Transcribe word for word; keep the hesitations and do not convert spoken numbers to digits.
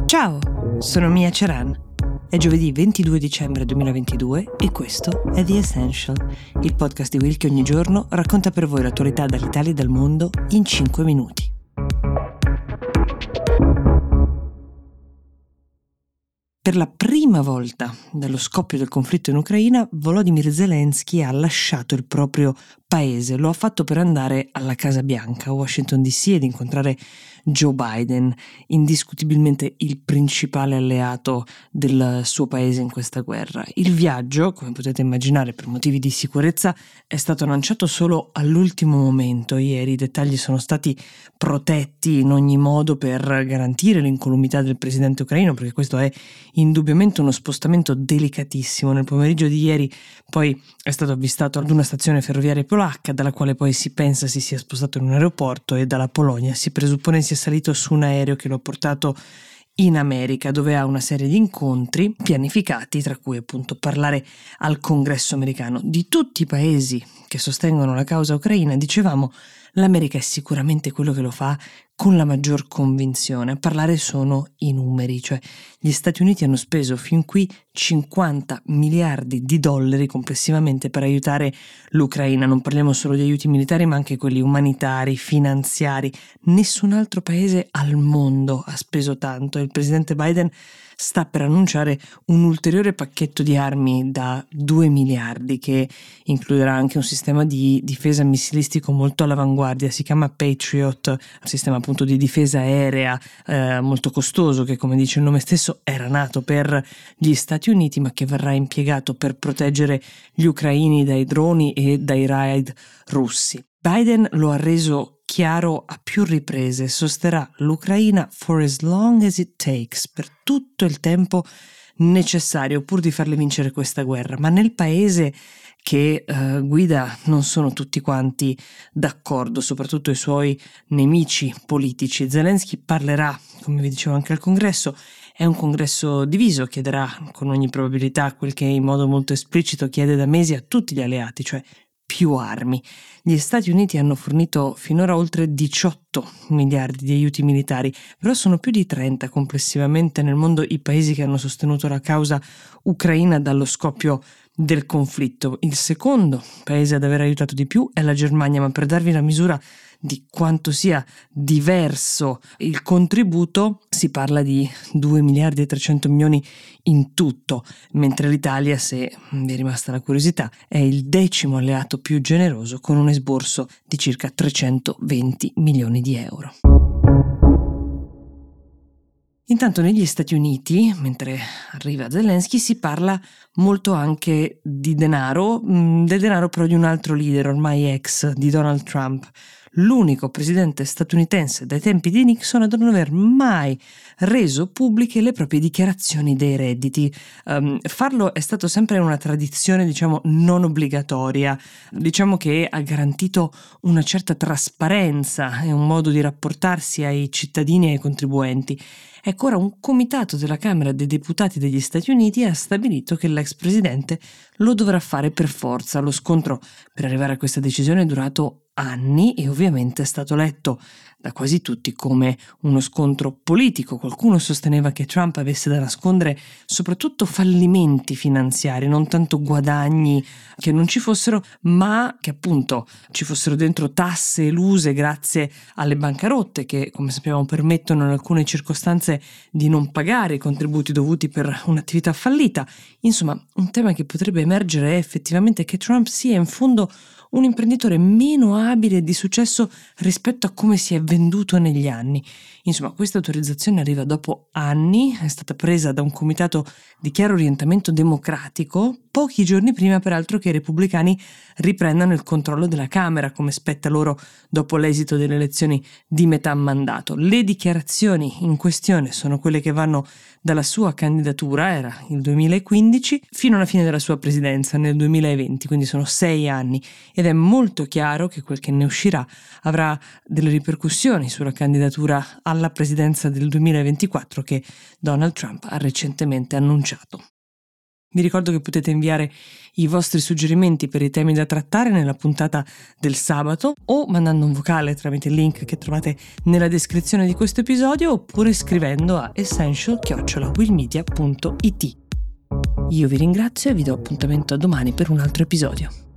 Ciao, sono Mia Ceran. È giovedì ventidue dicembre duemilaventidue e questo è The Essential, il podcast di Will che ogni giorno racconta per voi l'attualità dall'Italia e dal mondo in cinque minuti. Per la prima volta dallo scoppio del conflitto in Ucraina, Volodymyr Zelensky ha lasciato il proprio paese. Lo ha fatto per andare alla Casa Bianca, a Washington D C, ed incontrare Joe Biden, indiscutibilmente il principale alleato del suo paese in questa guerra. Il viaggio, come potete immaginare per motivi di sicurezza, è stato lanciato solo all'ultimo momento. Ieri i dettagli sono stati protetti in ogni modo per garantire l'incolumità del presidente ucraino, perché questo è indubbiamente uno spostamento delicatissimo. Nel pomeriggio di ieri poi è stato avvistato ad una stazione ferroviaria polacca, dalla quale poi si pensa si sia spostato in un aeroporto, e dalla Polonia si presuppone sia salito su un aereo che lo ha portato in America, dove ha una serie di incontri pianificati, tra cui appunto parlare al Congresso americano. Di tutti i paesi che sostengono la causa ucraina, dicevamo, l'America è sicuramente quello che lo fa con la maggior convinzione. A parlare sono i numeri, cioè gli Stati Uniti hanno speso fin qui cinquanta miliardi di dollari complessivamente per aiutare l'Ucraina. Non parliamo solo di aiuti militari, ma anche quelli umanitari, finanziari. Nessun altro paese al mondo ha speso tanto. Il presidente Biden sta per annunciare un ulteriore pacchetto di armi da due miliardi che includerà anche un sistema di difesa missilistico molto all'avanguardia. Si chiama Patriot, un sistema appunto di difesa aerea eh, molto costoso, che, come dice il nome stesso, era nato per gli Stati Uniti, ma che verrà impiegato per proteggere gli ucraini dai droni e dai raid russi. Biden lo ha reso chiaro a più riprese: sosterrà l'Ucraina for as long as it takes, per tutto il tempo necessario pur di farle vincere questa guerra. Ma nel paese che uh, guida non sono tutti quanti d'accordo, soprattutto i suoi nemici politici. Zelensky parlerà, come vi dicevo, anche al Congresso. È un congresso diviso, chiederà con ogni probabilità quel che in modo molto esplicito chiede da mesi a tutti gli alleati, cioè più armi. Gli Stati Uniti hanno fornito finora oltre diciotto miliardi di aiuti militari, però sono più di trenta complessivamente nel mondo i paesi che hanno sostenuto la causa ucraina dallo scoppio del conflitto. Il secondo paese ad aver aiutato di più è la Germania, ma per darvi la misura di quanto sia diverso il contributo, si parla di due miliardi e trecento milioni in tutto, mentre l'Italia, se vi è rimasta la curiosità, è il decimo alleato più generoso, con un esborso di circa trecentoventi milioni di euro. Intanto negli Stati Uniti, mentre arriva Zelensky, si parla molto anche di denaro, del denaro però di un altro leader ormai ex, di Donald Trump, l'unico presidente statunitense dai tempi di Nixon a non aver mai reso pubbliche le proprie dichiarazioni dei redditi. Um, farlo è stato sempre una tradizione, diciamo, non obbligatoria, diciamo che ha garantito una certa trasparenza e un modo di rapportarsi ai cittadini e ai contribuenti. Ecco, ora un comitato della Camera dei Deputati degli Stati Uniti ha stabilito che l'ex presidente lo dovrà fare per forza. Lo scontro per arrivare a questa decisione è durato anni e ovviamente è stato letto da quasi tutti come uno scontro politico. Qualcuno sosteneva che Trump avesse da nascondere soprattutto fallimenti finanziari, non tanto guadagni che non ci fossero, ma che appunto ci fossero dentro tasse eluse grazie alle bancarotte che, come sappiamo, permettono in alcune circostanze di non pagare i contributi dovuti per un'attività fallita. Insomma, un tema che potrebbe emergere è effettivamente che Trump sia in fondo un imprenditore meno abile e di successo rispetto a come si è venduto negli anni. Insomma, questa autorizzazione arriva dopo anni, è stata presa da un comitato di chiaro orientamento democratico, pochi giorni prima peraltro che i repubblicani riprendano il controllo della Camera, come spetta loro dopo l'esito delle elezioni di metà mandato. Le dichiarazioni in questione sono quelle che vanno dalla sua candidatura, era il duemilaquindici, fino alla fine della sua presidenza nel duemilaventi, quindi sono sei anni, ed è molto chiaro che quel che ne uscirà avrà delle ripercussioni sulla candidatura alla presidenza del duemilaventiquattro che Donald Trump ha recentemente annunciato. Vi ricordo che potete inviare i vostri suggerimenti per i temi da trattare nella puntata del sabato o mandando un vocale tramite il link che trovate nella descrizione di questo episodio oppure scrivendo a essential chiocciola willmedia punto it. Io vi ringrazio e vi do appuntamento a domani per un altro episodio.